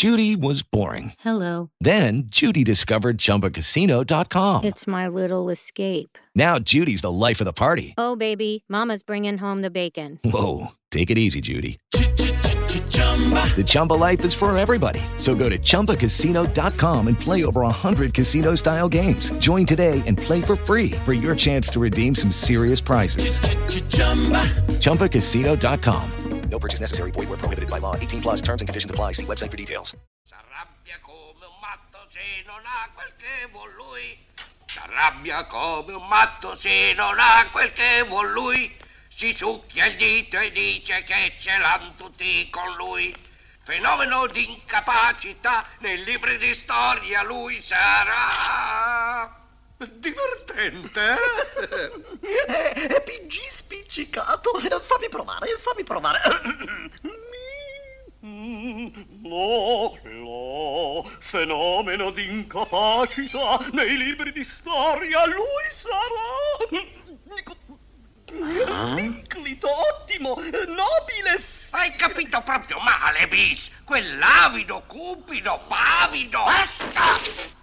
Judy was boring. Hello. Then Judy discovered ChumbaCasino.com. It's my little escape. Now Judy's the life of the party. Oh, baby, mama's bringing home the bacon. Whoa, take it easy, Judy. The Chumba life is for everybody. So go to ChumbaCasino.com and play over 100 casino-style games. Join today and play for free for your chance to redeem some serious prizes. ChumbaCasino.com. No purchase necessary. Void where prohibited by law. 18 plus terms and conditions apply. See website for details. S'arrabbia come un matto se non ha quel che vuol lui. S'arrabbia come un matto se non ha quel che vuol lui. Si succhia il dito e dice che ce l'han tutti con lui. Fenomeno di incapacità, nei libri di storia lui sarà divertente. È PG spiccicato. Fammi provare. No, fenomeno di incapacità, nei libri di storia lui sarà. Iclito, ottimo, nobile. Hai capito proprio male, bis. Quell'avido, cupido, pavido. Basta!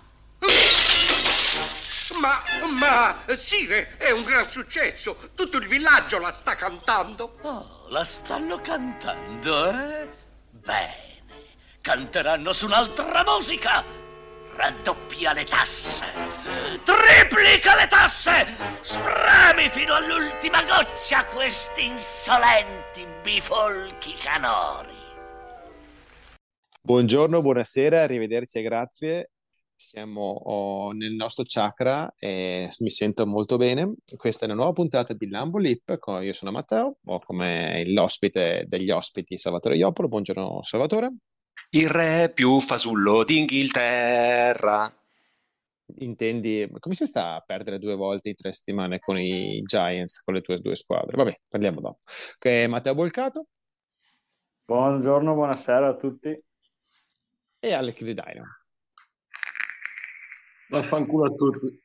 Ma, Sire, è un gran successo. Tutto il villaggio la sta cantando. Oh, la stanno cantando, eh? Bene, canteranno su un'altra musica. Raddoppia le tasse, triplica le tasse, spremi fino all'ultima goccia questi insolenti bifolchi canori. Buongiorno, buonasera, arrivederci e grazie. Siamo nel nostro chakra e mi sento molto bene. Questa è una nuova puntata di Lambo Lip. Io sono Matteo, ho come l'ospite degli ospiti Salvatore Iopolo. Buongiorno Salvatore. Il re più fasullo d'Inghilterra. Intendi, come si sta a perdere 2 volte in 3 settimane con i Giants, con le tue 2 squadre? Vabbè, parliamo dopo. Matteo Bolcato. Buongiorno, buonasera a tutti. E Alex Ridaino. Vaffanculo a tutti.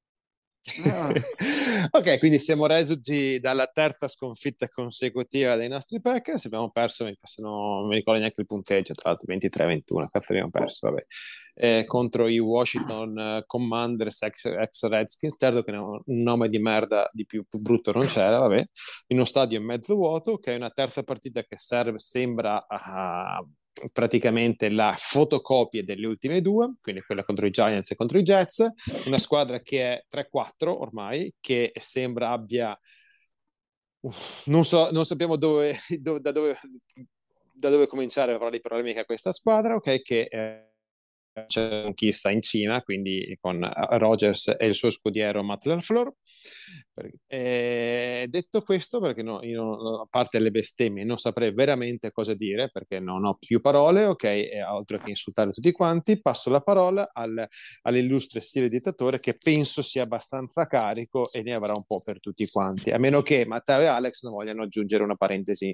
Ok, quindi siamo reduci dalla terza sconfitta consecutiva dei nostri Packers. Abbiamo perso, non mi ricordo neanche il punteggio, tra l'altro 23-21, cazzo abbiamo perso, vabbè. Contro i Washington Commanders ex Redskins. Certo che un nome di merda di più brutto non c'era, vabbè, in uno stadio mezzo vuoto, che è una terza partita che sembra praticamente la fotocopia delle ultime 2, quindi quella contro i Giants e contro i Jets, una squadra che è 3-4 ormai, che sembra abbia non sappiamo da dove cominciare a parlare dei problemi che ha questa squadra, ok, che c'è chi sta in Cina, quindi con Rodgers e il suo scudiero Matt LaFleur. Detto questo, perché io, a parte le bestemmie, non saprei veramente cosa dire, perché non ho più parole, ok, e oltre che insultare tutti quanti, passo la parola all'illustre stile dittatore, che penso sia abbastanza carico e ne avrà un po' per tutti quanti, a meno che Matteo e Alex non vogliano aggiungere una parentesi.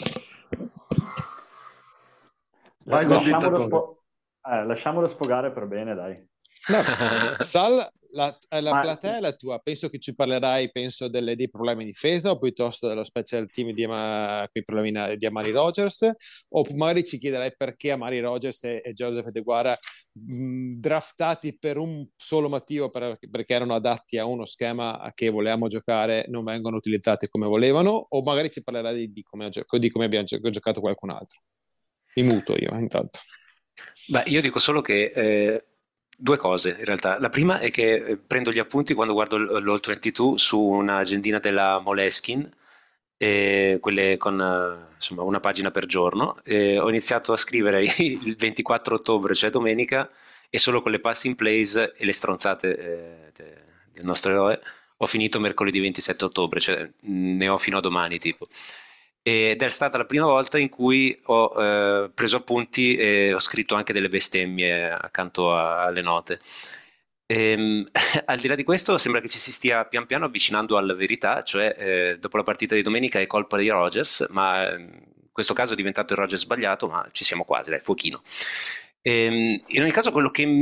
Vai, lasciamolo sfogare per bene, dai. No. Sal, la platea è la tua. Penso che ci parlerai, dei problemi in difesa, o piuttosto dello special team quei problemi di Amari Rodgers, o magari ci chiederai perché Amari Rodgers e Joseph DeGuara draftati per un solo motivo, perché erano adatti a uno schema che volevamo giocare, non vengono utilizzati come volevano, o magari ci parlerai di come abbiamo giocato qualcun altro. Mi muto io intanto. Beh, io dico solo che 2 cose in realtà. La prima è che prendo gli appunti quando guardo l'All 22 su un'agendina della Moleskine, quelle con insomma una pagina per giorno. Ho iniziato a scrivere il 24 ottobre, cioè domenica, e solo con le passing plays e le stronzate del nostro eroe ho finito mercoledì 27 ottobre, cioè ne ho fino a domani tipo. Ed è stata la prima volta in cui ho preso appunti e ho scritto anche delle bestemmie accanto alle note. Al di là di questo sembra che ci si stia pian piano avvicinando alla verità, cioè dopo la partita di domenica è colpa di Rodgers, ma in questo caso è diventato il Rodgers sbagliato, ma ci siamo quasi, dai, fuochino. In ogni caso quello che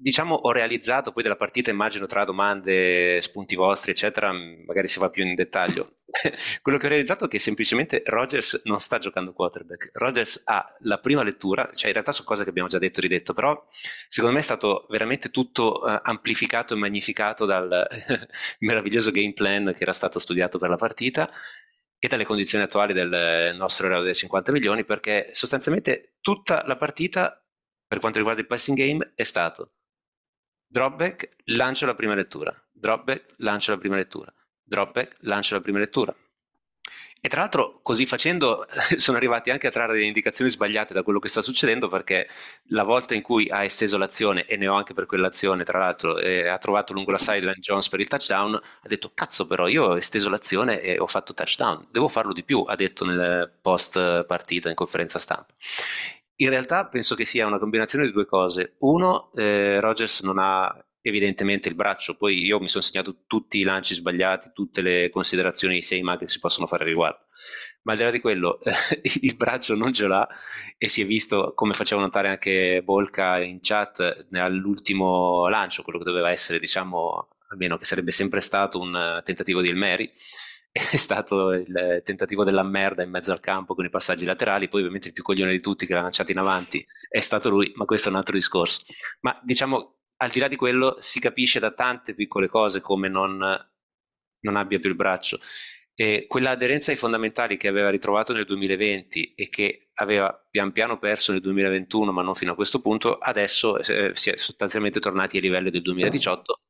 diciamo ho realizzato poi della partita, immagino tra domande, spunti vostri, eccetera, magari si va più in dettaglio. Quello che ho realizzato è che semplicemente Rodgers non sta giocando quarterback. Rodgers ha la prima lettura, cioè in realtà sono cose che abbiamo già detto e ridetto, però secondo me è stato veramente tutto amplificato e magnificato dal meraviglioso game plan che era stato studiato per la partita e dalle condizioni attuali del nostro eroe dei 50 milioni, perché sostanzialmente tutta la partita, per quanto riguarda il passing game, è stato dropback, lancio la prima lettura, dropback, lancio la prima lettura, dropback, lancio la prima lettura. E tra l'altro così facendo sono arrivati anche a trarre delle indicazioni sbagliate da quello che sta succedendo, perché la volta in cui ha esteso l'azione, e ne ho anche per quell'azione tra l'altro, ha trovato lungo la sideline Jones per il touchdown, ha detto cazzo però io ho esteso l'azione e ho fatto touchdown, devo farlo di più, ha detto nel post partita in conferenza stampa. In realtà penso che sia una combinazione di due cose. Uno, Rodgers non ha evidentemente il braccio, poi io mi sono segnato tutti i lanci sbagliati, tutte le considerazioni di Seima che si possono fare a riguardo, ma al di là di quello il braccio non ce l'ha e si è visto, come faceva notare anche Bolca in chat, all'ultimo lancio, quello che doveva essere, diciamo, almeno che sarebbe sempre stato un tentativo di Hail Mary, è stato il tentativo della merda in mezzo al campo con i passaggi laterali, poi ovviamente il più coglione di tutti che l'ha lanciato in avanti è stato lui, ma questo è un altro discorso. Ma diciamo, al di là di quello, si capisce da tante piccole cose come non abbia più il braccio. E quella aderenza ai fondamentali che aveva ritrovato nel 2020 e che aveva pian piano perso nel 2021, ma non fino a questo punto, adesso si è sostanzialmente tornati ai livelli del 2018.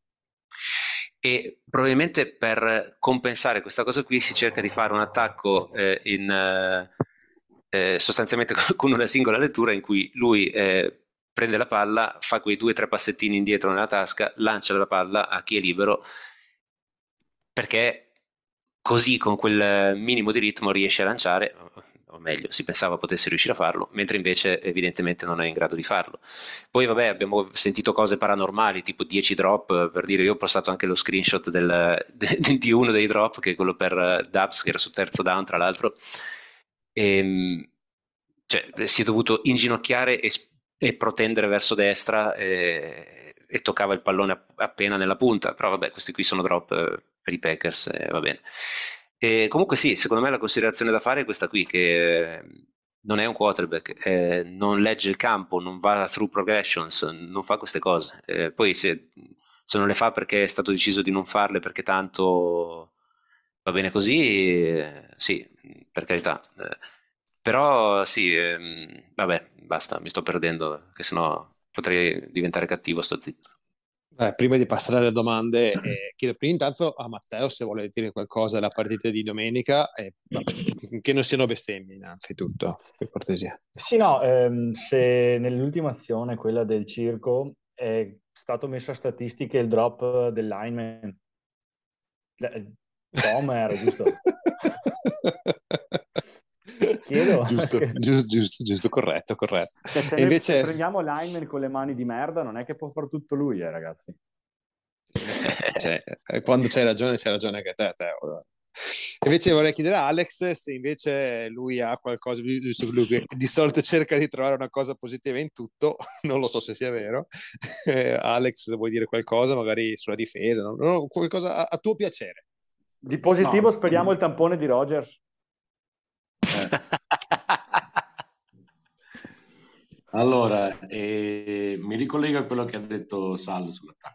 E probabilmente per compensare questa cosa qui si cerca di fare un attacco sostanzialmente con una singola lettura in cui lui prende la palla, fa quei 2 o 3 passettini indietro nella tasca, lancia la palla a chi è libero, perché così con quel minimo di ritmo riesce a lanciare, o meglio, si pensava potesse riuscire a farlo, mentre invece evidentemente non è in grado di farlo. Poi vabbè, abbiamo sentito cose paranormali, tipo 10 drop, per dire, io ho postato anche lo screenshot di uno dei drop, che è quello per Dubs, che era su terzo down tra l'altro, cioè, si è dovuto inginocchiare e protendere verso destra e toccava il pallone appena nella punta, però vabbè, questi qui sono drop per i Packers, va bene. E comunque sì, secondo me la considerazione da fare è questa qui, che non è un quarterback, non legge il campo, non va through progressions, non fa queste cose. Poi se non le fa perché è stato deciso di non farle perché tanto va bene così, sì, per carità. Però sì, vabbè, basta, mi sto perdendo, che sennò potrei diventare cattivo, sto zitto. Prima di passare alle domande, chiedo prima intanto a Matteo se vuole dire qualcosa della partita di domenica, che non siano bestemmie innanzitutto, per cortesia. Sì, no, se nell'ultima azione, quella del circo, è stato messo a statistiche il drop del lineman. Tomer, giusto? Chiedo. Giusto, corretto. Se E invece prendiamo lineman con le mani di merda, non è che può far tutto lui, ragazzi. in effetti, quando c'hai ragione anche te. Invece vorrei chiedere a Alex se invece lui ha qualcosa, visto che lui di solito cerca di trovare una cosa positiva in tutto, non lo so se sia vero. Alex, se vuoi dire qualcosa magari sulla difesa, qualcosa a tuo piacere. Di positivo no. Speriamo il tampone di Rodgers. Allora, mi ricollego a quello che ha detto Sal sull'attacco.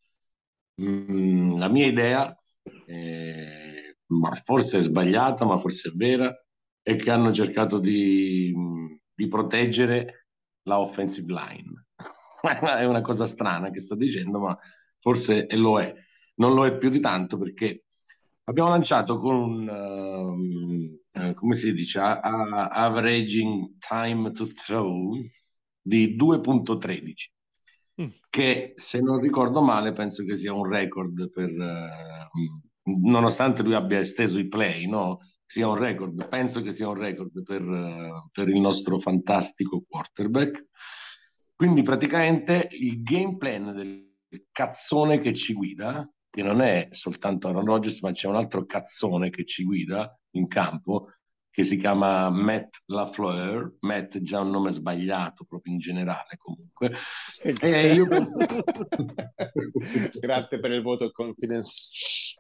La mia idea, ma forse è sbagliata, ma forse è vera, è che hanno cercato di proteggere la offensive line. È una cosa strana che sto dicendo, ma forse lo è. Non lo è più di tanto perché abbiamo lanciato con un, come si dice, averaging time to throw di 2.13, che se non ricordo male penso che sia un record per, nonostante lui abbia esteso i play, no? Sia un record, penso che sia un record per il nostro fantastico quarterback. Quindi praticamente il game plan del cazzone che ci guida, che non è soltanto Aaron Rodgers, ma c'è un altro cazzone che ci guida in campo, che si chiama Matt LaFleur. Matt è già un nome sbagliato proprio in generale comunque. comunque. Io penso... Grazie per il voto confidence.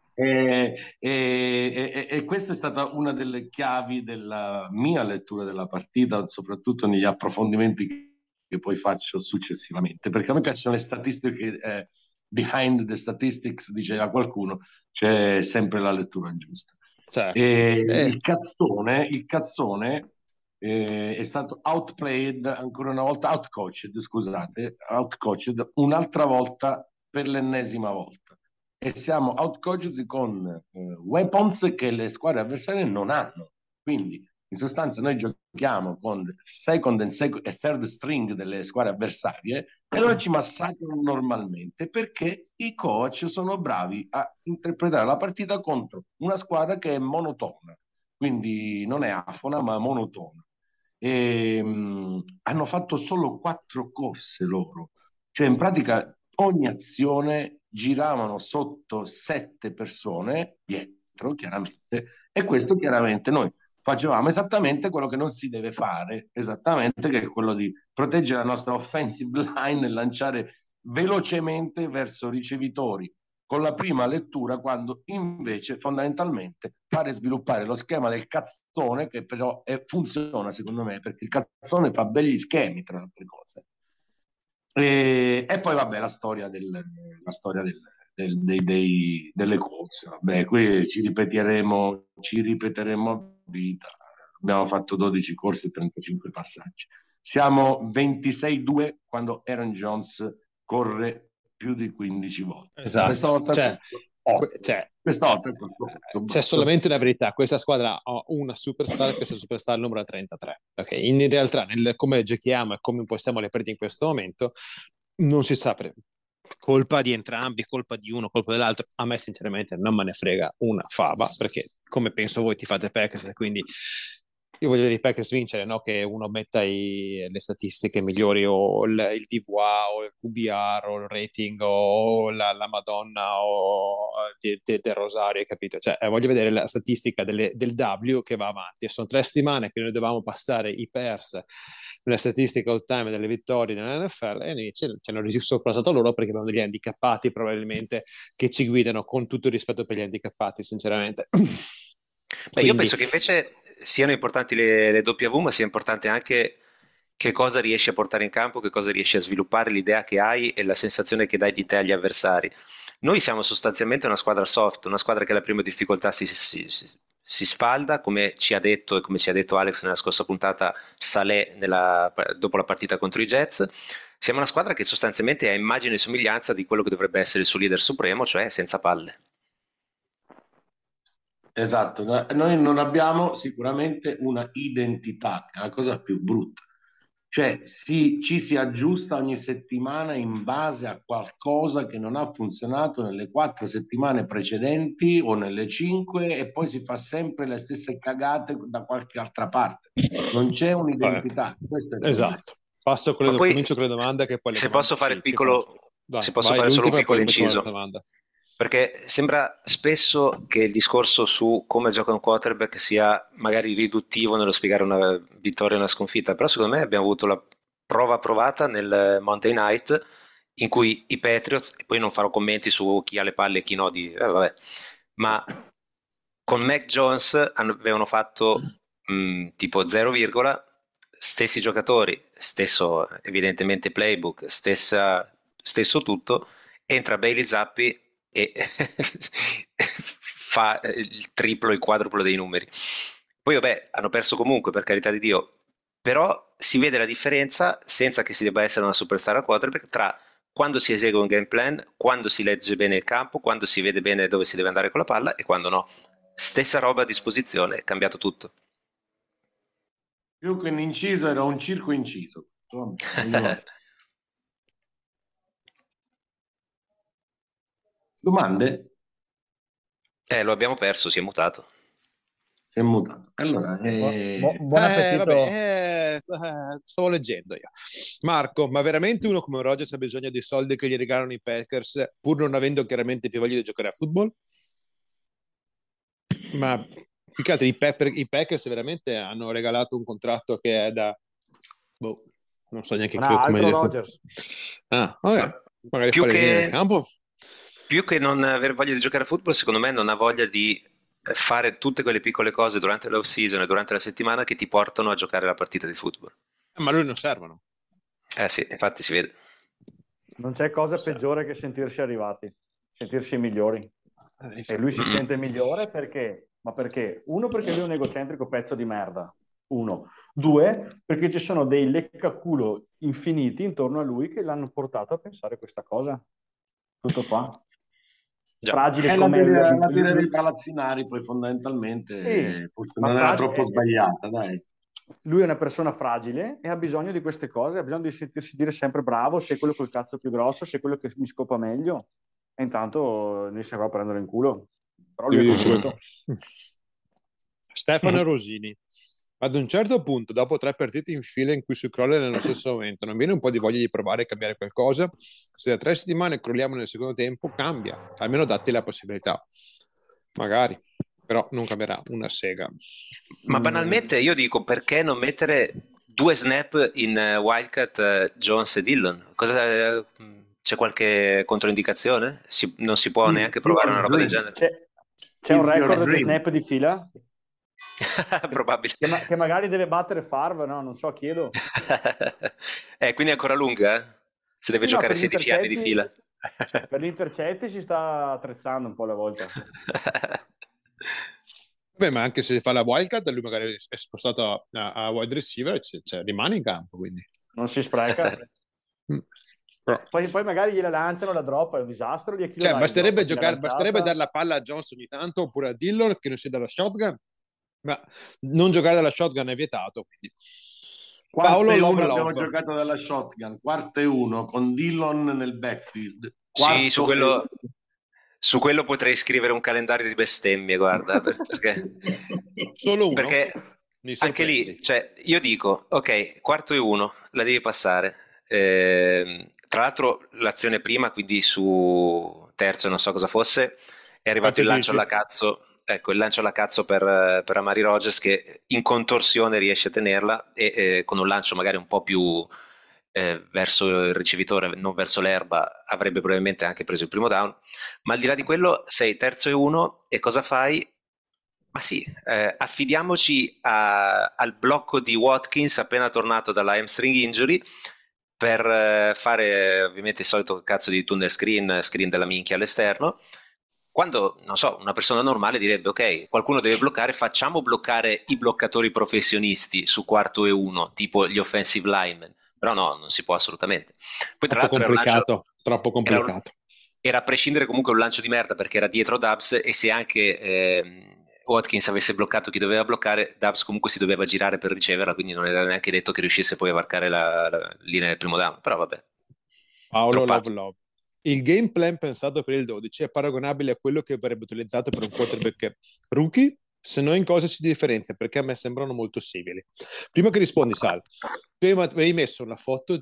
E questa è stata una delle chiavi della mia lettura della partita, soprattutto negli approfondimenti che poi faccio successivamente, perché a me piacciono le statistiche, behind the statistics, diceva qualcuno, c'è sempre la lettura giusta. Certo. Il cazzone è stato outplayed ancora una volta, outcoached, scusate, outcoached un'altra volta per l'ennesima volta. E siamo outcoached con weapons che le squadre avversarie non hanno. Quindi, in sostanza, noi giochiamo con second e third string delle squadre avversarie e loro ci massacrano normalmente perché i coach sono bravi a interpretare la partita contro una squadra che è monotona, quindi non è afona ma monotona. Hanno fatto solo 4 corse loro, cioè in pratica ogni azione giravano sotto 7 persone dietro, chiaramente, e questo chiaramente noi facevamo esattamente quello che non si deve fare, esattamente, che è quello di proteggere la nostra offensive line e lanciare velocemente verso ricevitori con la prima lettura, quando invece fondamentalmente fare sviluppare lo schema del cazzone, che però funziona secondo me, perché il cazzone fa begli schemi tra le altre cose. E poi vabbè la storia delle corse, vabbè, qui ci ripeteremo a vita. Abbiamo fatto 12 corse e 35 passaggi. Siamo 26-2 quando Aaron Jones corre più di 15 volte. Esatto. Questa volta c'è solamente una verità: questa squadra ha una superstar, questa superstar numero 33. Okay. In realtà, come giochiamo e come impostiamo le partite in questo momento, non si sa, colpa di entrambi, colpa di uno, colpa dell'altro. A me sinceramente non me ne frega una fava, perché come penso voi ti fate Packers, quindi io voglio vedere i Packers vincere, no? Che uno metta le statistiche migliori o il DVA o il QBR o il rating o la Madonna o del Rosario, capito? Cioè, voglio vedere la statistica del W che va avanti. Sono 3 settimane che noi dovevamo passare i Pers nella statistica all time delle vittorie nell'NFL e ci hanno soprassato loro, perché abbiamo degli handicappati probabilmente che ci guidano, con tutto il rispetto per gli handicappati, sinceramente. Beh, io penso che invece siano importanti le W, ma sia importante anche che cosa riesci a portare in campo, che cosa riesci a sviluppare, l'idea che hai e la sensazione che dai di te agli avversari. Noi siamo sostanzialmente una squadra soft, una squadra che alla prima difficoltà si sfalda, come ci ha detto e come ci ha detto Alex nella scorsa puntata Saleh dopo la partita contro i Jets. Siamo una squadra che sostanzialmente ha immagine e somiglianza di quello che dovrebbe essere il suo leader supremo, cioè senza palle. Esatto, noi non abbiamo sicuramente una identità, che è la cosa più brutta. Cioè ci si aggiusta ogni settimana in base a qualcosa che non ha funzionato nelle 4 settimane precedenti o nelle 5, e poi si fa sempre le stesse cagate da qualche altra parte. Non c'è un'identità. Questo è esatto. Comincio con le domande, che poi le se domande posso fare vai, solo un piccolo poi inciso. Perché sembra spesso che il discorso su come gioca un quarterback sia magari riduttivo nello spiegare una vittoria e una sconfitta, però secondo me abbiamo avuto la prova provata nel Monday Night in cui i Patriots, e poi non farò commenti su chi ha le palle e chi no, vabbè, ma con Mac Jones avevano fatto tipo 0, stessi giocatori, stesso evidentemente playbook, stesso tutto, entra Bailey Zappi e fa il triplo, il quadruplo dei numeri. Poi vabbè, hanno perso comunque, per carità di Dio, però si vede la differenza, senza che si debba essere una superstar a quarterback, tra quando si esegue un game plan, quando si legge bene il campo, quando si vede bene dove si deve andare con la palla e quando no. Stessa roba a disposizione, è cambiato tutto. Più che un inciso era un circo inciso. Domande? Lo abbiamo perso, si è mutato. Si è mutato. Allora, buon appetito. Stavo leggendo io. Marco, ma veramente uno come Rodgers ha bisogno dei soldi che gli regalano i Packers, pur non avendo chiaramente più voglia di giocare a football? Ma più che altro i Packers veramente hanno regalato un contratto che è da Non so neanche Non ha come altro gli... Rodgers. Ah, ok. Magari Più fa le linee del che, campo. più che non aver voglia di giocare a football, secondo me non ha voglia di fare tutte quelle piccole cose durante l'off season e durante la settimana che ti portano a giocare la partita di football. Ma a lui non servono. Eh sì, infatti si vede. Non c'è cosa peggiore che sentirsi arrivati, sentirsi migliori. E lui si sente migliore perché? Ma perché? Uno, perché lui è un egocentrico pezzo di merda. Uno. Due, perché ci sono dei leccaculo infiniti intorno a lui che l'hanno portato a pensare questa cosa. Tutto qua. Già. Fragile È come la teoria dei palazzinari, poi fondamentalmente Sì, forse ma non era fragile, troppo sbagliata, dai. lui è una persona fragile e ha bisogno di queste cose, ha bisogno di sentirsi dire sempre bravo, sei quello col cazzo più grosso, sei quello che mi scopa meglio. E intanto noi siamo a prendere in culo. Però lui è contento. Stefano Rosini. Ad un certo punto, dopo 3 partite in fila in cui si crolla nello stesso momento, non viene un po' di voglia di provare a cambiare qualcosa? Se da 3 settimane crolliamo nel secondo tempo, cambia. Almeno datti la possibilità. Magari. Però non cambierà una sega. Ma banalmente io dico, perché non mettere 2 snap in Wildcat, Jones e Dillon? C'è qualche controindicazione? Non si può neanche provare una roba del genere? C'è un record di snap di fila? Probabile. Che magari deve battere Favre, no? Non so, chiedo. Quindi è ancora lunga, eh? Se deve Sì, no, giocare per gli 16 anni di fila. Per gli intercetti si sta attrezzando un po' alla volta. Beh, ma anche se fa la wildcard, lui magari è spostato a wide receiver, rimane in campo, quindi. Non si spreca. Poi magari gliela lanciano, la drop, è un disastro. Basterebbe dare la palla a Jones ogni tanto, oppure a Dillon, che non sia dalla shotgun, ma non giocare dalla shotgun è vietato. Quindi. Paolo abbiamo giocato dalla shotgun, 4-1 con Dillon nel backfield. Sì, su quello potrei scrivere un calendario di bestemmie, guarda, perché solo uno? Perché anche lì, cioè, io dico, ok, 4-1, la devi passare. Tra l'altro l'azione prima, quindi su terzo, non so cosa fosse, è arrivato il lancio alla cazzo. Ecco, il lancio alla cazzo per Amari Rodgers, che in contorsione riesce a tenerla e con un lancio magari un po' più verso il ricevitore, non verso l'erba, avrebbe probabilmente anche preso il primo down. Ma al di là di quello, sei 3-1 e cosa fai? Ma sì, affidiamoci al blocco di Watkins appena tornato dalla hamstring injury per fare ovviamente il solito cazzo di tunnel screen della minchia all'esterno. Quando, non so, una persona normale direbbe ok, qualcuno deve bloccare, facciamo bloccare i bloccatori professionisti su 4-1, tipo gli offensive linemen. Però no, non si può assolutamente. Poi tra l'altro troppo complicato. Era a prescindere comunque un lancio di merda perché era dietro Dubs, e se anche Watkins avesse bloccato chi doveva bloccare, Dubs comunque si doveva girare per riceverla, quindi non era neanche detto che riuscisse poi a varcare la linea del primo down. Però vabbè. Paolo Love. Il game plan pensato per il 12 è paragonabile a quello che verrebbe utilizzato per un quarterback rookie? Se no, in cosa si differenzia? Perché a me sembrano molto simili. Prima che rispondi, Sal, tu avevi messo una foto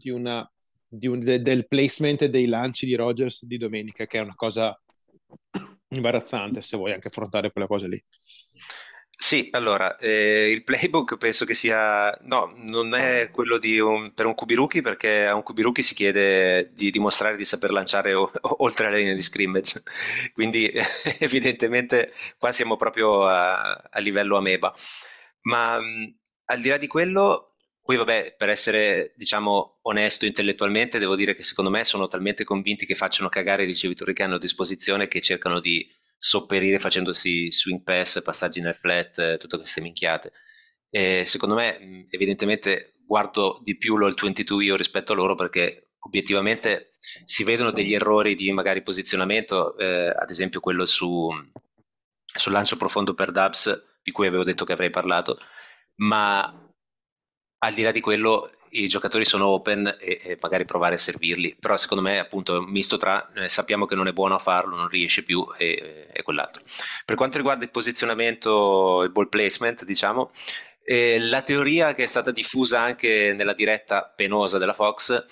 del placement dei lanci di Rodgers di domenica, che è una cosa imbarazzante se vuoi anche affrontare quella cosa lì. Sì, allora, il playbook penso che sia... No, non è quello per un QB rookie, perché a un QB rookie si chiede di dimostrare di saper lanciare oltre la linea di scrimmage. Quindi evidentemente qua siamo proprio a livello ameba. Ma al di là di quello, poi vabbè, per essere, diciamo, onesto intellettualmente, devo dire che secondo me sono talmente convinti che facciano cagare i ricevitori che hanno a disposizione, che cercano di sopperire facendosi swing pass, passaggi nel flat, tutte queste minchiate. E secondo me, evidentemente, guardo di più l'All 22 io rispetto a loro, perché obiettivamente si vedono degli errori di magari posizionamento, ad esempio quello sul lancio profondo per Dubs, di cui avevo detto che avrei parlato, ma al di là di quello i giocatori sono open e magari provare a servirli, però secondo me appunto è un misto tra sappiamo che non è buono a farlo, non riesce più e quell'altro. Per quanto riguarda il posizionamento, il ball placement, diciamo, la teoria che è stata diffusa anche nella diretta penosa della Fox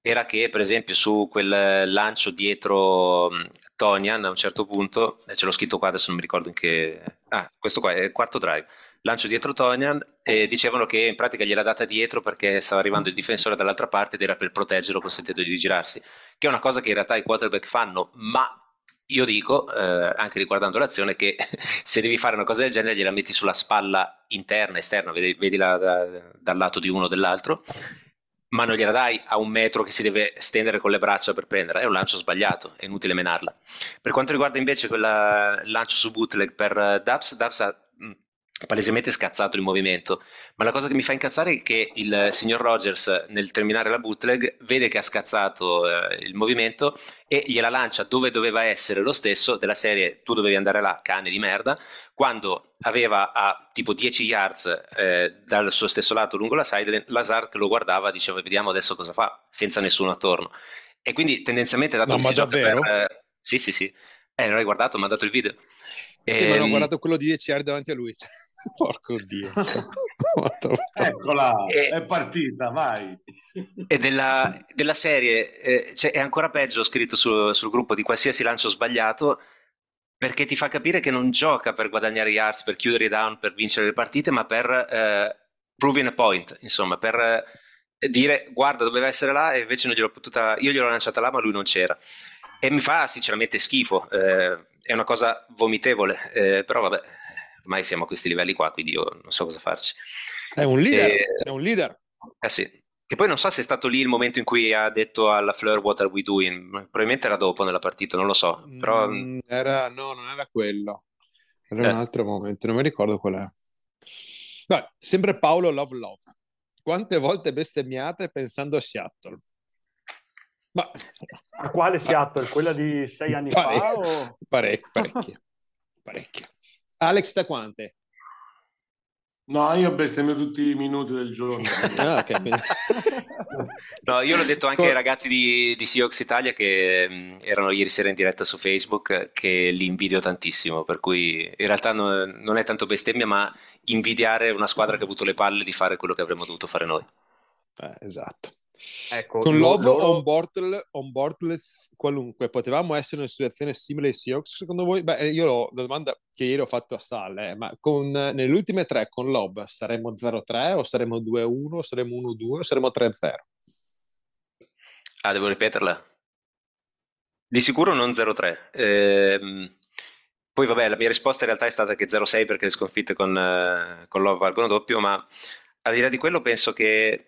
era che, per esempio, su quel lancio dietro Tonian, a un certo punto, ce l'ho scritto qua, adesso non mi ricordo in che... Ah, questo qua è il quarto drive. Lancio dietro Tonian e dicevano che in pratica gliel'ha data dietro perché stava arrivando il difensore dall'altra parte ed era per proteggerlo consentendogli di girarsi, che è una cosa che in realtà i quarterback fanno, ma io dico, anche riguardando l'azione, che se devi fare una cosa del genere gliela metti sulla spalla interna, esterna, vedila dal lato di uno o dell'altro, ma non gliela dai a un metro che si deve stendere con le braccia per prendere, è un lancio sbagliato, è inutile menarla. Per quanto riguarda invece quel lancio su bootleg per Dubs ha palesemente scazzato il movimento, ma la cosa che mi fa incazzare è che il signor Rogers nel terminare la bootleg vede che ha scazzato il movimento e gliela lancia dove doveva essere lo stesso, della serie tu dovevi andare là, cane di merda, quando aveva a tipo 10 yards dal suo stesso lato lungo la sideline, Lazar che lo guardava diceva vediamo adesso cosa fa, senza nessuno attorno. E quindi tendenzialmente dato No, che ma si gioca davvero? sì, sì, sì. Non hai guardato, mi ha dato il video. Sì, ma non ho guardato quello di 10 yard davanti a lui. Porco Dio. Eccola, E- è partita, vai. E della serie è ancora peggio scritto sul gruppo di qualsiasi lancio sbagliato perché ti fa capire che non gioca per guadagnare yards, per chiudere i down, per vincere le partite, ma per proving a point, insomma, per dire guarda doveva essere là e invece non gliel'ho potuta, io gliel'ho lanciata là ma lui non c'era. E mi fa sinceramente schifo, è una cosa vomitevole, però vabbè, ormai siamo a questi livelli qua, quindi io non so cosa farci. È un leader, E- è un leader. sì. E poi non so se è stato lì il momento in cui ha detto alla Fleur what are we doing, probabilmente era dopo nella partita, non lo so, però No, non era quello. Era un eh, altro momento, non mi ricordo qual è. Vabbè, sempre Paolo Love Love. Quante volte bestemmiate pensando a Seattle? Ma A quale Seattle? Quella di 6 anni fa? O... parecchie. Alex da quante? No, io bestemmio tutti i minuti del giorno. Ah, ok. no, io l'ho detto anche ai ragazzi di Seahawks Italia che erano ieri sera in diretta su Facebook che li invidio tantissimo, per cui in realtà non è tanto bestemmia, ma invidiare una squadra che ha avuto le palle di fare quello che avremmo dovuto fare noi. Esatto. Ecco, Con Love on boardless qualunque, potevamo essere in una situazione simile ai Seahawks secondo voi? Beh, io la domanda che ieri ho fatto a Sal ma nelle ultime tre con Love saremmo 0-3 o saremmo 2-1 o saremmo 1-2 o saremmo 3-0? Ah, devo ripeterla? Di sicuro non 0-3. Poi vabbè, la mia risposta in realtà è stata che 0-6 perché le sconfitte con Love valgono doppio, ma al di là di quello penso che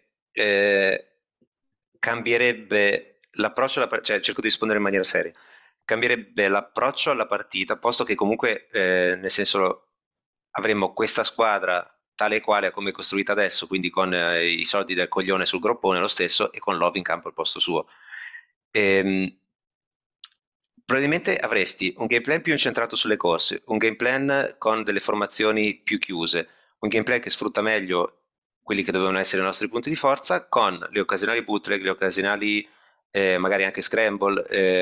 cambierebbe l'approccio cioè cerco di rispondere in maniera seria. Cambierebbe l'approccio alla partita, posto che comunque, nel senso, avremmo questa squadra tale e quale come è costruita adesso, quindi con i soldi del coglione sul groppone lo stesso e con Love in campo al posto suo. Probabilmente avresti un game plan più incentrato sulle corse, un game plan con delle formazioni più chiuse, un game plan che sfrutta meglio quelli che dovevano essere i nostri punti di forza, con le occasionali bootleg, le occasionali magari anche scramble,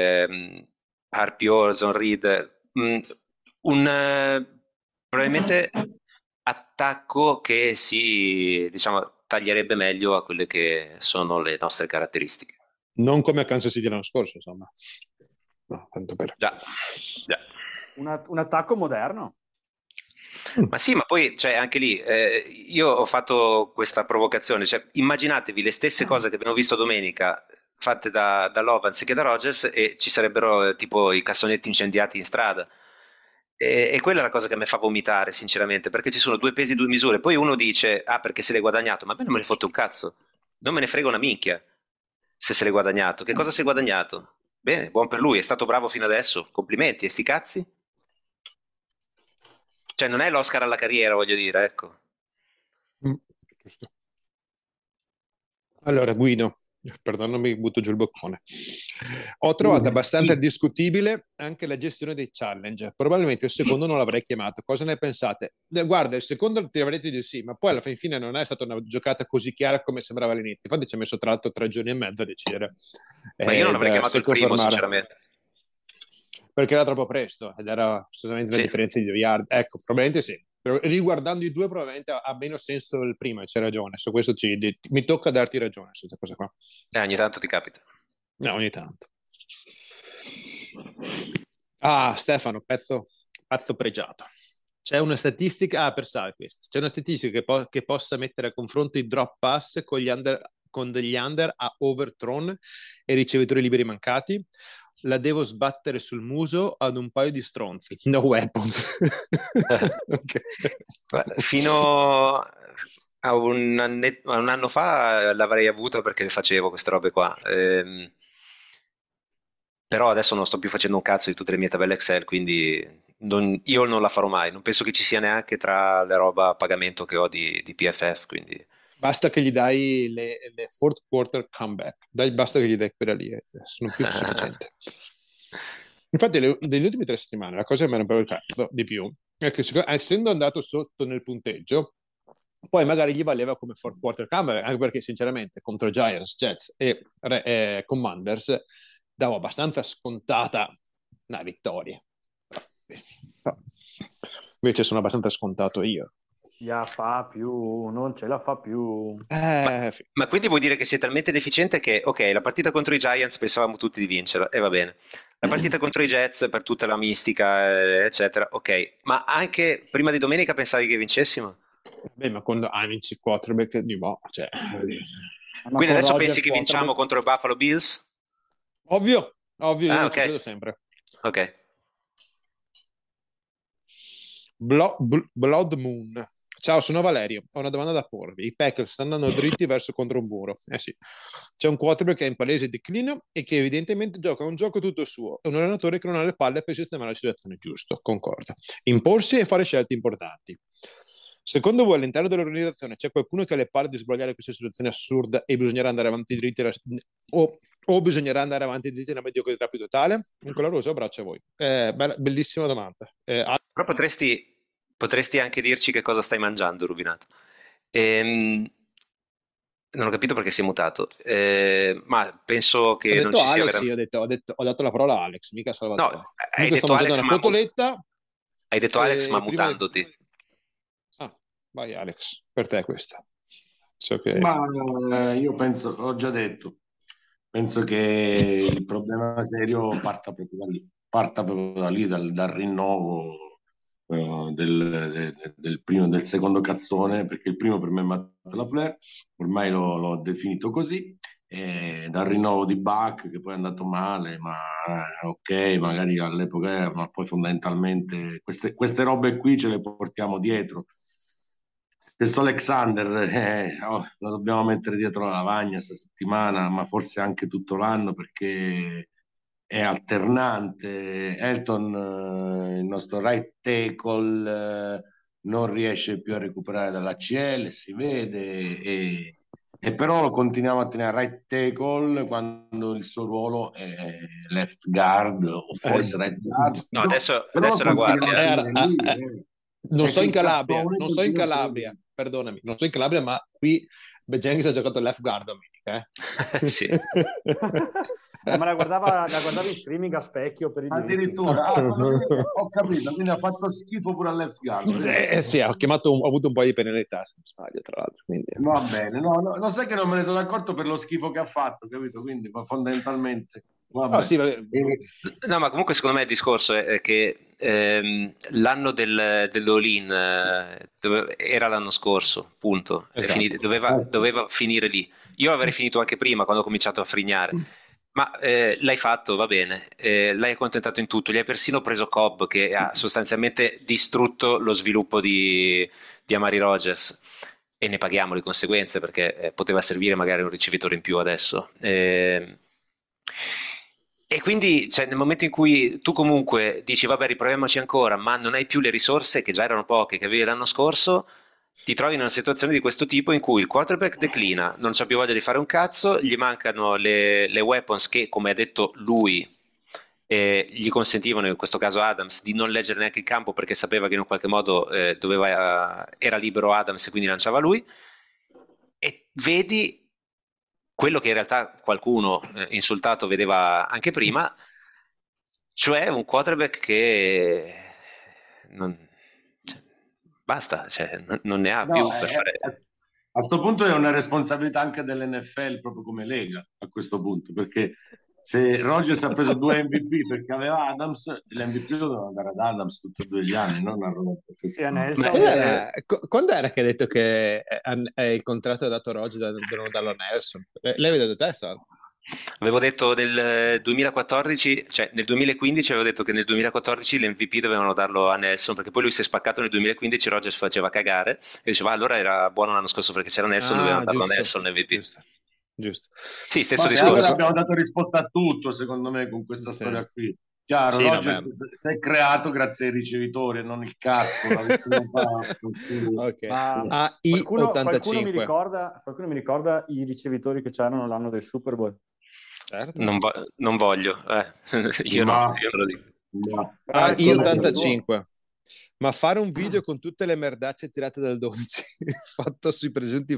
RPO, zone read, un probabilmente attacco che si diciamo taglierebbe meglio a quelle che sono le nostre caratteristiche. Non come a Kansas City l'anno scorso, insomma. No, tanto per... Già. Un attacco moderno. Ma sì, ma poi cioè, anche lì io ho fatto questa provocazione, cioè, immaginatevi le stesse cose che abbiamo visto domenica fatte da Love anziché da Rogers e ci sarebbero tipo i cassonetti incendiati in strada. E quella è la cosa che mi fa vomitare, sinceramente, perché ci sono due pesi, due misure. Poi uno dice, ah, perché se l'hai guadagnato, ma a me non me ne fotte un cazzo, non me ne frega una minchia se l'hai guadagnato. Che cosa si è guadagnato? Bene, buon per lui, è stato bravo fino adesso, complimenti, e sti cazzi? Cioè, non è l'Oscar alla carriera, voglio dire, ecco. Giusto. Allora, Guido, perdonami, butto giù il boccone. Ho trovato abbastanza discutibile anche la gestione dei challenge. Probabilmente il secondo non l'avrei chiamato. Cosa ne pensate? Guarda, il secondo ti avrei detto di sì, ma poi alla fine non è stata una giocata così chiara come sembrava all'inizio. Infatti ci ha messo tra l'altro 3 giorni e mezzo a decidere. Ma io non avrei chiamato il primo, sinceramente. Perché era troppo presto ed era assolutamente una differenza di 2 yard. Ecco, probabilmente sì. Però riguardando i due probabilmente ha meno senso il primo, e c'è ragione, su questo mi tocca darti ragione su questa cosa qua. Ogni tanto ti capita. No, ogni tanto. Stefano, pezzo pregiato. C'è una statistica, per Sale questa, c'è una statistica che possa mettere a confronto i drop pass con degli under a overthrown e ricevitori liberi mancati? La devo sbattere sul muso ad un paio di stronzi. No weapons. Okay. Fino a un anno fa l'avrei avuta perché le facevo queste robe qua. Però adesso non sto più facendo un cazzo di tutte le mie tabelle Excel, quindi io non la farò mai. Non penso che ci sia neanche tra le roba a pagamento che ho di PFF, quindi... Basta che gli dai le fourth quarter comeback. Basta che gli dai quella lì, sono più che sufficiente. Infatti, delle ultime 3 settimane, la cosa che mi ha rompido il cazzo di più è che, essendo andato sotto nel punteggio, poi magari gli valeva come fourth quarter comeback, anche perché, sinceramente, contro Giants, Jets e Commanders davo abbastanza scontata una vittoria. Invece sono abbastanza scontato io. Non ce la fa più. Ma quindi vuol dire che sei talmente deficiente che, ok, la partita contro i Giants pensavamo tutti di vincerla, e va bene. La partita contro i Jets, per tutta la mistica, eccetera, ok. Ma anche prima di domenica pensavi che vincessimo? Beh, ma quando vinci il quarterback di cioè... Quindi adesso pensi che vinciamo contro i Buffalo Bills? Ovvio, io okay. ci credo sempre. Ok. Blood Moon. Ciao, sono Valerio. Ho una domanda da porvi. I Packers stanno andando dritti verso contro un muro. Sì. C'è un quarterback che è in palese declino e che evidentemente gioca un gioco tutto suo. È un allenatore che non ha le palle per sistemare la situazione. Giusto, concordo. Imporsi e fare scelte importanti. Secondo voi all'interno dell'organizzazione c'è qualcuno che ha le palle di sbrogliare questa situazione assurda e bisognerà andare avanti dritti o bisognerà andare avanti dritti nella mediocrità più totale? Un caloroso abbraccio a voi. Bellissima domanda. Però potresti anche dirci che cosa stai mangiando, Rubinato. Non ho capito perché si è mutato, ma penso che non ci sia veramente... ho dato la parola a Alex, mica Salvatore. No, hai detto Alex, una cotoletta. Hai detto Alex, ma mutandoti. Vai Alex, per te questo. Ma io penso, ho già detto, penso che il problema serio parta proprio da lì, dal rinnovo del secondo cazzone, perché il primo per me è Matt LaFleur, ormai l'ho definito così, dal rinnovo di Buck che poi è andato male, ma ok, magari all'epoca era, ma poi fondamentalmente queste robe qui ce le portiamo dietro. Stesso Alexander, lo dobbiamo mettere dietro la lavagna questa settimana, ma forse anche tutto l'anno perché è alternante. Elton, il nostro right tackle, non riesce più a recuperare dall'ACL, si vede, e però lo continuiamo a tenere a right tackle quando il suo ruolo è left guard o forse right guard. No, adesso è la guardia. Non so in Calabria, perdonami, non so in Calabria, ma qui Jenkins ha giocato left guard domenica. Sì. Ma la guardavi in streaming a specchio per i addirittura. Ho capito, quindi ha fatto schifo pure al left guard. Sì, ho avuto un po' di penalità, se non sbaglio, tra l'altro. Quindi... Va bene, no, sai che non me ne sono accorto per lo schifo che ha fatto, capito? Quindi fondamentalmente... Sì, no, ma comunque secondo me il discorso è che l'anno dell'all-in era l'anno scorso, punto. Esatto. Doveva finire lì. Io avrei finito anche prima quando ho cominciato a frignare, ma l'hai fatto, va bene, l'hai accontentato in tutto, gli hai persino preso Cobb che ha sostanzialmente distrutto lo sviluppo di Amari Rodgers e ne paghiamo le conseguenze perché poteva servire magari un ricevitore in più adesso. E quindi nel momento in cui tu comunque dici vabbè riproviamoci ancora, ma non hai più le risorse che già erano poche che avevi l'anno scorso, ti trovi in una situazione di questo tipo in cui il quarterback declina, non c'ha più voglia di fare un cazzo, gli mancano le weapons che, come ha detto lui, gli consentivano, in questo caso Adams, di non leggere neanche il campo perché sapeva che in un qualche modo era libero Adams e quindi lanciava lui, e vedi quello che in realtà qualcuno insultato vedeva anche prima, cioè un quarterback che basta, cioè, non ne ha No, più per fare. a questo punto è una responsabilità anche dell'NFL, proprio come Lega, a questo punto, perché se Rodgers ha preso 2 MVP perché aveva Adams, l'MVP lo doveva dare ad Adams tutti e 2 gli anni, non a Rodgers. E a Ma, Nelson Quando era che ha detto che il contratto è dato a Rogers devono darlo a Nelson? Lei aveva detto te, Sal? avevo detto nel 2014, cioè nel 2015 avevo detto che nel 2014 l'MVP dovevano darlo a Nelson, perché poi lui si è spaccato nel 2015, Rodgers faceva cagare e diceva allora era buono l'anno scorso perché c'era Nelson, dovevano darlo a Nelson l'MVP. Giusto. Sì, stesso E allora discorso. abbiamo dato risposta a tutto, secondo me, con questa Sì. storia qui. Chiaro, Sì, Rodgers vabbè. si è creato grazie ai ricevitori e non il cazzo. Ok. Ma qualcuno mi ricorda i ricevitori che c'erano l'anno del Super Bowl? Certo. Non voglio, io non lo dico. No. I85. Ma fare un video con tutte le merdacce tirate dal 12 fatto sui presunti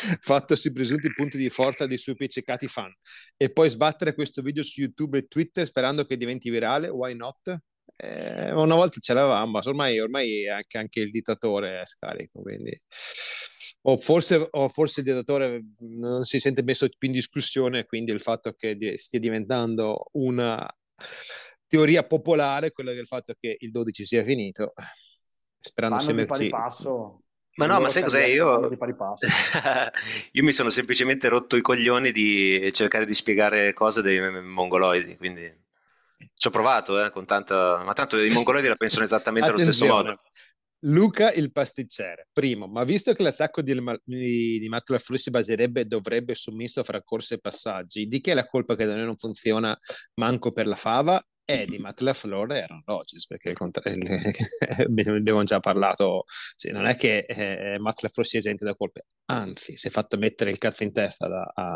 punti di forza dei suoi piccicati fan e poi sbattere questo video su YouTube e Twitter sperando che diventi virale, why not? Una volta ce l'avevamo, ma ormai anche il dittatore è scarico, quindi o forse il dittatore non si sente messo più in discussione, quindi il fatto che stia diventando una teoria popolare, quella del fatto che il 12 sia finito, sperando Vanno di sempre pari che passo. Ma no, ma sai cos'è? Vanno di pari passo. Io mi sono semplicemente rotto i coglioni di cercare di spiegare cose dei mongoloidi, quindi ci ho provato, con tanta. Ma tanto i mongoloidi la pensano esattamente allo stesso attenzione. modo. Luca il pasticcere, primo, ma visto che l'attacco di Matt LaFleur si baserebbe e dovrebbe sommisso fra corse e passaggi, di chi è la colpa che da noi non funziona manco per la fava? È di Matt LaFleur e Aaron Rodgers, perché abbiamo già parlato, sì, non è che Matt LaFleur sia esente da colpe, anzi si è fatto mettere il cazzo in testa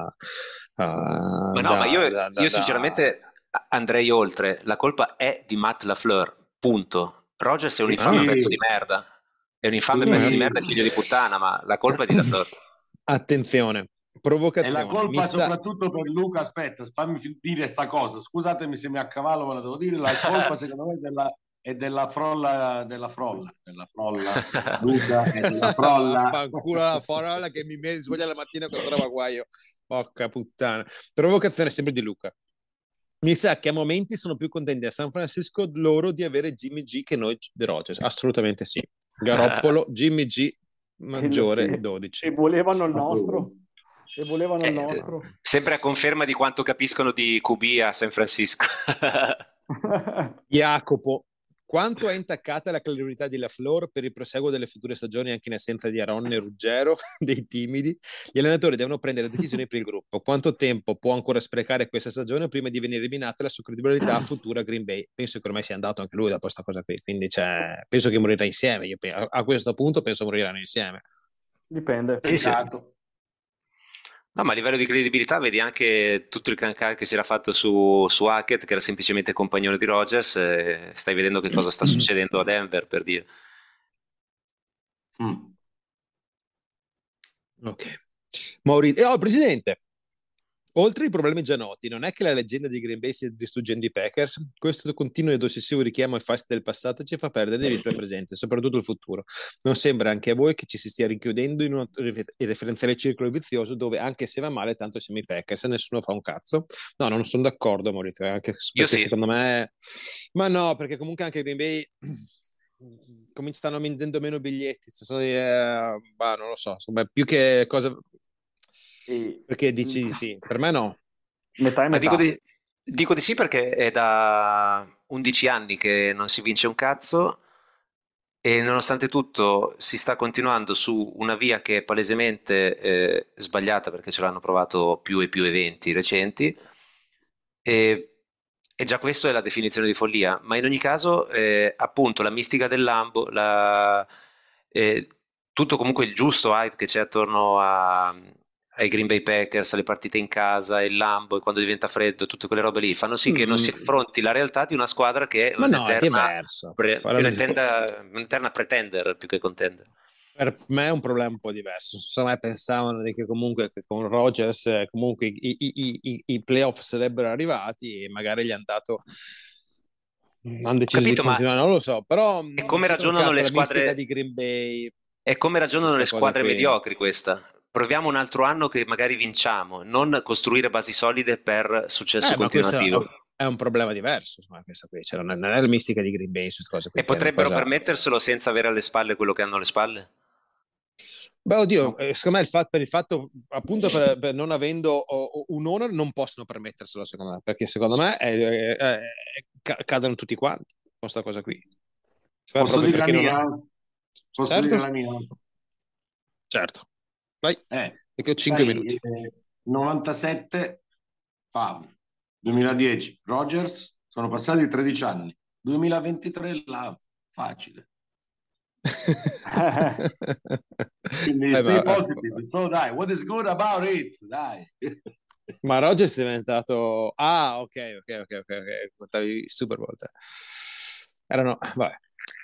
Ma io sinceramente andrei oltre, la colpa è di Matt LaFleur, punto. Rodgers è un infame pezzo di merda. È un infame pezzo di merda e figlio di puttana, ma la colpa è di LaFleur. Attenzione, È provocazione. la colpa soprattutto per Luca. Aspetta, fammi dire sta cosa. Scusatemi se mi accavallo, ma la devo dire. La colpa secondo me è della frolla. Luca è della frolla. Fanculo la frolla che mi sveglia la mattina con questa roba qua io. Porca puttana. Provocazione sempre di Luca. Mi sa che a momenti sono più contenti a San Francisco loro di avere Jimmy G che noi di Rodgers. Assolutamente sì. Garoppolo, Jimmy G maggiore 12. E volevano il nostro. Sempre a conferma di quanto capiscono di QB a San Francisco. Jacopo, quanto è intaccata la credibilità di LaFleur per il proseguo delle future stagioni anche in assenza di Aronne e Ruggero, dei timidi? Gli allenatori devono prendere decisioni per il gruppo. Quanto tempo può ancora sprecare questa stagione prima di venire eliminata la sua credibilità futura a Green Bay? Penso che ormai sia andato anche lui da questa cosa qui, quindi penso che morirà insieme. A questo punto penso moriranno insieme. Dipende. Peccato. No, ma a livello di credibilità vedi anche tutto il cancan che si era fatto su Hackett, che era semplicemente compagnone di Rodgers, e stai vedendo che cosa sta succedendo a Denver, per dire. Ok. Maurizio, Presidente, oltre ai problemi già noti, non è che la leggenda di Green Bay stia distruggendo i Packers? Questo continuo ed ossessivo richiamo ai fasti del passato ci fa perdere di vista il presente, soprattutto il futuro. Non sembra anche a voi che ci si stia rinchiudendo in un referenziale circolo vizioso dove anche se va male tanto siamo i Packers e nessuno fa un cazzo? No, non sono d'accordo, Maurizio, anche perché sì. secondo me... Ma no, perché comunque anche Green Bay... stanno vendendo meno biglietti, non lo so, insomma, più che cosa... Perché dici di sì? Per me no. Metà e Ma metà. dico di sì perché è da 11 anni che non si vince un cazzo e nonostante tutto si sta continuando su una via che è palesemente sbagliata perché ce l'hanno provato più e più eventi recenti e già questo è la definizione di follia, ma in ogni caso appunto la mistica del Lambo, eh, tutto comunque il giusto hype che c'è attorno ai Green Bay Packers, alle partite in casa, il Lambo e quando diventa freddo, tutte quelle robe lì fanno sì che non si affronti la realtà di una squadra che è Ma no, è diverso. un'eterna pretender più che contender. Per me è un problema un po' diverso. Secondo me pensavano che comunque che con Rodgers comunque i playoff sarebbero arrivati e magari gli hanno dato hanno deciso capito, di continuare, non lo so, però è come c'è ragionano le la mistica squadre, di Green Bay, è come ragionano le questa cosa squadre qui. mediocri questa. Proviamo un altro anno che magari vinciamo, non costruire basi solide per successo Ma questo continuativo. è un problema diverso, insomma, questa qui. Cioè, non è la mistica di Green Bay su queste cose qui, E che è una potrebbero cosa... permetterselo senza avere alle spalle quello che hanno alle spalle? Beh, oddio, secondo me per il fatto, appunto, per non avendo un owner, non possono permetterselo, secondo me, perché secondo me cadono tutti quanti con questa cosa qui. Posso Proprio dire la perché mia? Posso Certo. dire la mia? Certo. Vai, perché ho 5 sai, minuti. 97 Favre, 2010 Rodgers, sono passati 13 anni. 2023 Love, facile. Quindi stay positive. So dai, what is good about it? Dai. Ma Rodgers è diventato... ok. Contavi il Super Bowl. Erano... Vabbè.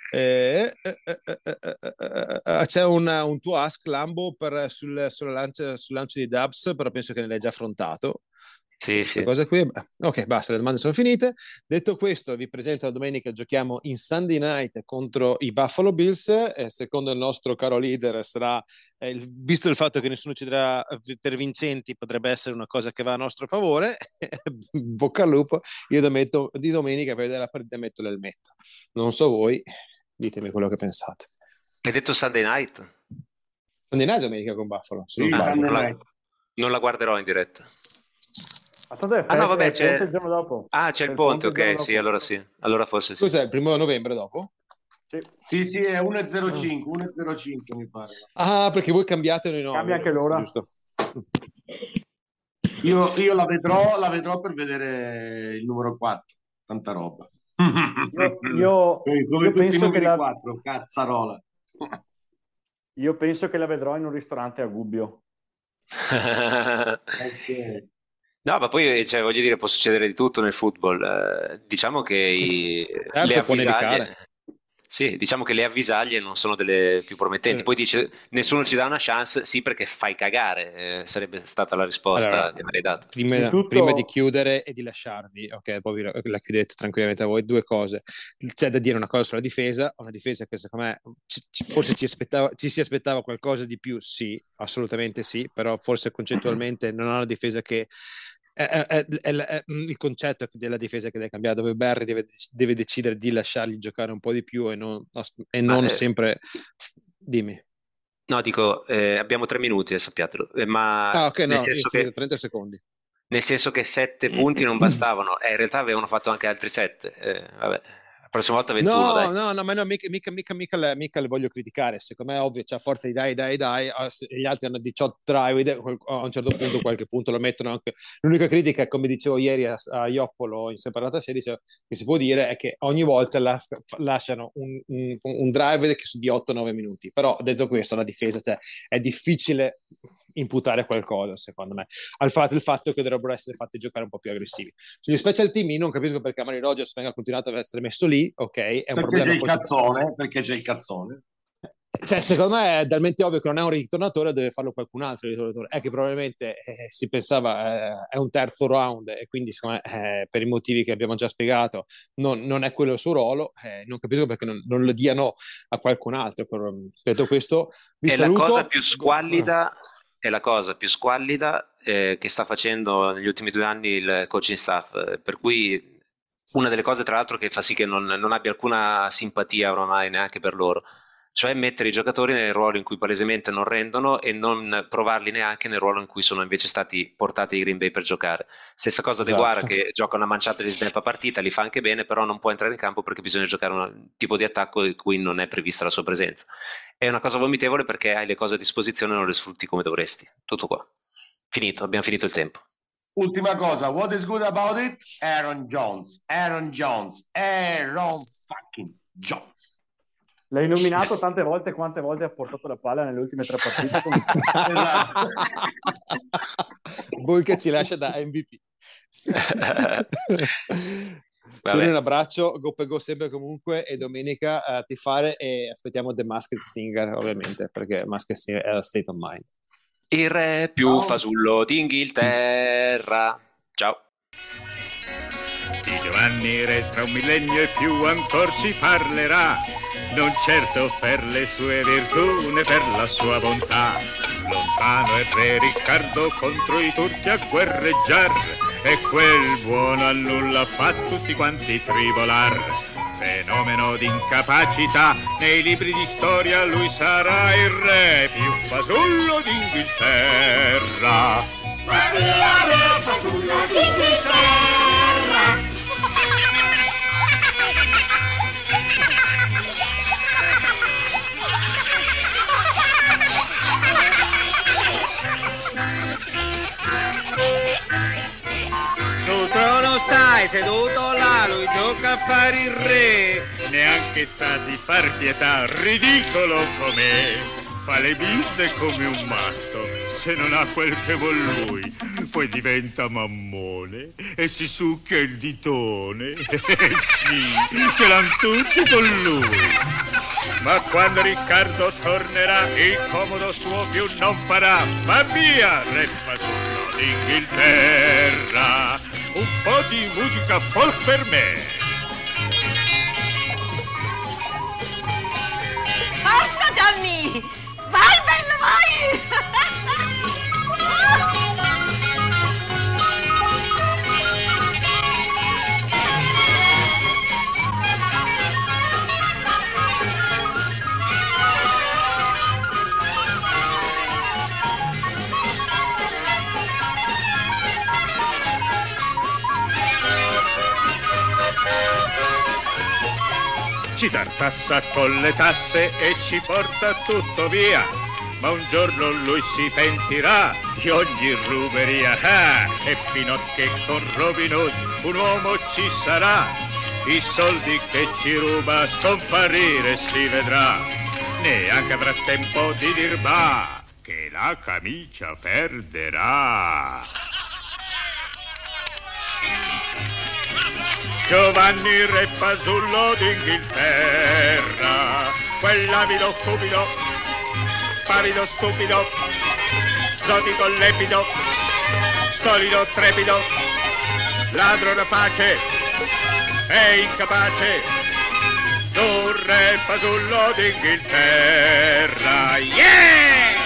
C'è un tuo ask, Lambo, sul lancio di Dubs, però penso che ne l'hai già affrontato. Sì. Cose qui. Ok, basta, le domande sono finite. Detto questo, vi presento la domenica, giochiamo in Sunday Night contro i Buffalo Bills. Secondo il nostro caro leader sarà, visto il fatto che nessuno ci darà per vincenti, potrebbe essere una cosa che va a nostro favore. Bocca al lupo. Io di domenica per vedere la partita metto l'elmetto. Non so voi, ditemi quello che pensate. Hai detto Sunday Night? Sunday Night domenica con Buffalo, se non Sì, sbaglio. Non la guarderò in diretta. No, vabbè, c'è il giorno dopo. C'è il ponte, ok, sì, allora sì. Allora forse sì. Cos'è, il 1° novembre dopo? Sì, è 1:05 mi pare. Perché voi cambiate noi no. Cambia anche l'ora. Giusto. Io la vedrò per vedere il numero 4, tanta roba. Io penso che 4, cazzarola. Io penso che la vedrò in un ristorante a Gubbio. Okay. No, ma poi, cioè, voglio dire, può succedere di tutto nel football. Diciamo che le avvisaglie, sì, diciamo che le avvisaglie non sono delle più promettenti. Poi dice, nessuno ci dà una chance, sì, perché fai cagare, sarebbe stata la risposta che mi hai dato. Prima di chiudere e di lasciarvi, ok, poi la chiudete tranquillamente a voi, due cose. C'è da dire una cosa sulla difesa, una difesa che secondo me forse ci si aspettava qualcosa di più, sì, assolutamente sì, però forse concettualmente non è una difesa che è il concetto della difesa che deve cambiare, dove Barry deve decidere di lasciarli giocare un po' di più e non sempre. Dimmi. No, dico, abbiamo 3 minuti, sappiatelo, ma ok, nel no, senso io che 30 secondi. Nel senso che 7 punti non bastavano, in realtà avevano fatto anche altri 7. Vabbè, la prossima volta 21, dai. No, ma no, mica le voglio criticare. Secondo me è ovvio, c'è a forza di dai, gli altri hanno 18 drive, a un certo punto qualche punto lo mettono anche. L'unica critica, come dicevo ieri a Ioppolo in separata serie, che si può dire è che ogni volta lasciano un drive di 8-9 minuti. Però detto questo, la difesa, cioè, è difficile imputare qualcosa, secondo me, il fatto che dovrebbero essere fatti giocare un po' più aggressivi. Sugli special team non capisco perché Amari Rodgers venga continuato ad essere messo lì, ok? È un perché problema, perché c'è il cazzone. Cioè, secondo me è talmente ovvio che non è un ritornatore, deve farlo qualcun altro il ritornatore. È che probabilmente si pensava è un terzo round e quindi secondo me per i motivi che abbiamo già spiegato non è quello il suo ruolo. Non capisco perché non lo diano a qualcun altro. Detto questo, vi saluto. È la cosa più squallida che sta facendo negli ultimi 2 anni il coaching staff, per cui una delle cose tra l'altro che fa sì che non abbia alcuna simpatia ormai neanche per loro, cioè mettere i giocatori nel ruolo in cui palesemente non rendono e non provarli neanche nel ruolo in cui sono invece stati portati ai Green Bay per giocare. Stessa cosa De Guara, che gioca una manciata di snap a partita, li fa anche bene, però non può entrare in campo perché bisogna giocare un tipo di attacco in cui non è prevista la sua presenza. È una cosa vomitevole perché hai le cose a disposizione e non le sfrutti come dovresti. Tutto qua. Finito, abbiamo finito il tempo. Ultima cosa, what is good about it? Aaron fucking Jones. L'hai nominato tante volte quante volte ha portato la palla nelle ultime 3 partite. Ball che ci lascia da MVP. Un abbraccio, go per go sempre comunque, e domenica a tifare, e aspettiamo The Masked Singer ovviamente, perché Masked Singer è la state of mind. Il re più fasullo d'Inghilterra. Ciao. Giovanni Re tra un millennio e più ancor si parlerà, non certo per le sue virtù né per la sua bontà. Lontano è Re Riccardo contro i turchi a guerreggiar, e quel buono a nulla fa tutti quanti tribolar. Fenomeno d'incapacità, nei libri di storia lui sarà il re più fasullo d'Inghilterra. Mattia Re fasullo d'Inghilterra. Sul trono stai seduto là, lui gioca a fare il re, neanche sa di far pietà, ridicolo com'è. Fa le bizze come un matto, se non ha quel che vuol lui, poi diventa mammone e si succhia il ditone. Sì, ce l'han tutti con lui. Ma quando Riccardo tornerà, il comodo suo più non farà. Va via, re fasullo d'Inghilterra, un po' di musica folk per me. Forza Gianni! Vai bello, vai! Ci tartassa con le tasse e ci porta tutto via, ma un giorno lui si pentirà di ogni ruberia. E fino a che con Robin Hood un uomo ci sarà, i soldi che ci ruba scomparire si vedrà. Neanche avrà tempo di dir bah, che la camicia perderà. Giovanni Re fasullo d'Inghilterra, quell'avido cupido, pavido stupido, zotico lepido, stolido trepido, ladro rapace e incapace, un re fasullo d'Inghilterra, yeah!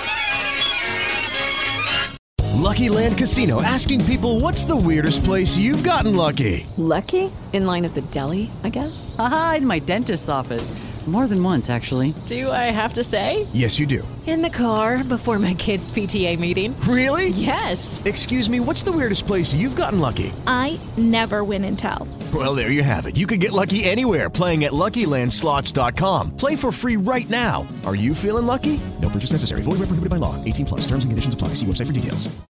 Lucky Land Casino, asking people, what's the weirdest place you've gotten lucky? Lucky? In line at the deli, I guess? Aha, in my dentist's office. More than once, actually. Do I have to say? Yes, you do. In the car before my kids' PTA meeting. Really? Yes. Excuse me, what's the weirdest place you've gotten lucky? I never win and tell. Well, there you have it. You can get lucky anywhere, playing at LuckyLandSlots.com. Play for free right now. Are you feeling lucky? No purchase necessary. Void where prohibited by law. 18+. Terms and conditions apply. See website for details.